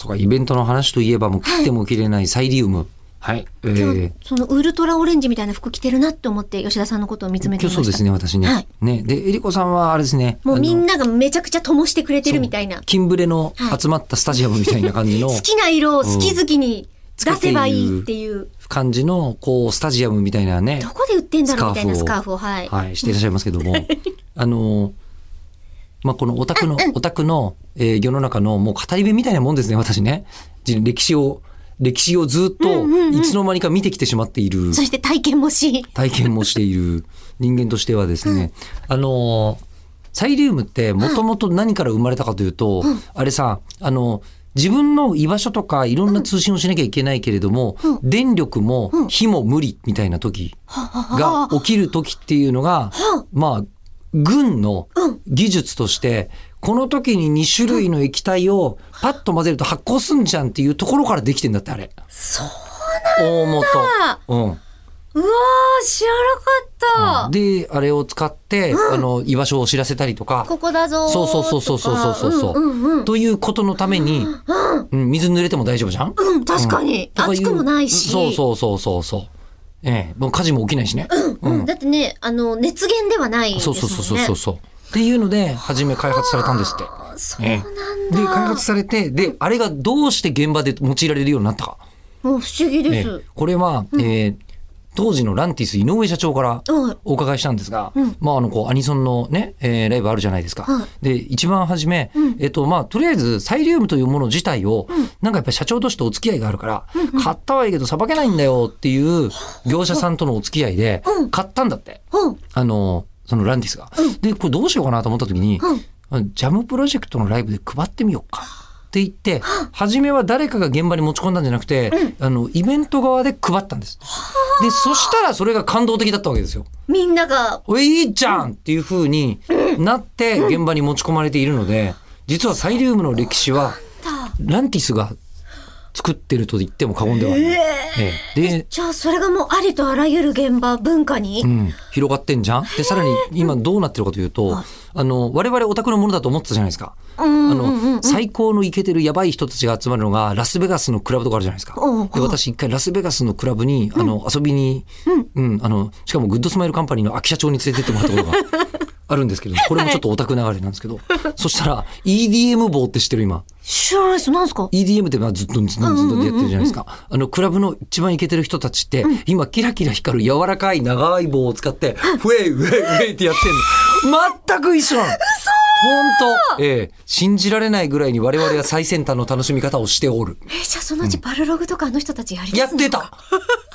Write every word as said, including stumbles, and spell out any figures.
そうか、イベントの話といえばもう切っても切れないサイリウム。はい。え今日ー、 そのウルトラオレンジみたいな服着てるなって思って吉田さんのことを見つめて今みました。 日そうですね、私ね。 はい、 ね。で、えりこさんはあれですね。 もうみんなながめちゃくちゃ灯してくれてるみたいな。 キンブレの集まったスタジアムみたいな感じの。 好きな色を好き好きに出せばいいっていう。 感じの、こう、スタジアムみたいなね。 どこで売ってんだろうみたいなスカーフを、はい。 はい、していらっしゃいますけども。あの、まあ、このオタクの、オタクの、えー、世の中のもう語り部みたいなもんですね、私ね。歴史を、歴史をずっといつの間にか見てきてしまっている。うんうんうん、 そして体験もし。 体験もしている人間としてはですね、うん、あの、サイリウムってもともと何から生まれたかというと、うん、あれさ、あの、自分の居場所とかいろんな通信をしなきゃいけないけれども、うん、電力も火も無理みたいな時が起きる時っていうのが、まあ、軍の技術として、この時にに種類の液体をパッと混ぜると発光すんじゃんっていうところからできてんだって、あれ。 そうなんだ。 大元。うん。 うわー、知らなかった。 で、あれを使って、うん、あの、居場所を知らせたりとか。 ここだぞーとか。 そうそうそうそうそうそう。うんうんうん、ということのために、うんうん、水濡れても大丈夫じゃん？ うん、確かに。うん、熱くもないし。 そうそうそうそうそう。ええ、もう火事も起きないしね。 うん、うん。だってね、あの、熱源ではないですもんね。 そうそうそうそうそう。っていうので、初め開発されたんですって。 そうなんだ、ええ。で、開発されて、で、あれがどうして現場で用いられるようになったか。 もう不思議です。 えこれは、うん、えー当時のランティス井上社長からお伺いしたんですが、うん、まああのこうアニソンのね、えー、ライブあるじゃないですか。うん、で一番初め、うん、えっとまあとりあえずサイリウムというもの自体を、うん、なんかやっぱり社長としてお付き合いがあるから、うん、買ったはいいけどさばけないんだよっていう業者さんとのお付き合いで買ったんだって。うん、あのそのランティスが。うん、でこれどうしようかなと思った時に、うん、ジャムプロジェクトのライブで配ってみようか。って言って、初めは誰かが現場に持ち込んだんじゃなくて、うん、あのイベント側で配ったんです。で、そしたらそれが感動的だったわけですよ。 みんなが。 おい、いいじゃんっていう風になって現場に持ち込まれているので、実はサイリウムの歴史は、ランティスが作ってると言っても過言ではない。えーええ、で、じゃあそれがもうありとあらゆる現場、文化に、 うん、広がってんじゃん。で、さらに今どうなってるかというと、あの、我々オタクのものだと思ってたじゃないですか。あの、最高のイケてるやばい人たちが集まるのがラスベガスのクラブとかあるじゃないですか。で、私一回ラスベガスのクラブに、あの、遊びに、うん、うん、あの、しかもグッドスマイルカンパニーの秋社長に連れてってもらったことがあるんですけど、これもちょっとオタク流れなんですけど、そしたら イーディーエム 棒って知ってる今。 知らないです。何ですか？ イーディーエム ってまあずっとずっとずっとやってるじゃないですか。あのクラブの一番イケてる人たちって、うん、今キラキラ光る柔らかい長い棒を使ってフェイウェイウェイってやってんの。全く一緒なの。 嘘。 本当、ええ、信じられないぐらいに我々は最先端の楽しみ方をしておる。 え、じゃあそのうちバルログとかあの人たちやりますやってた。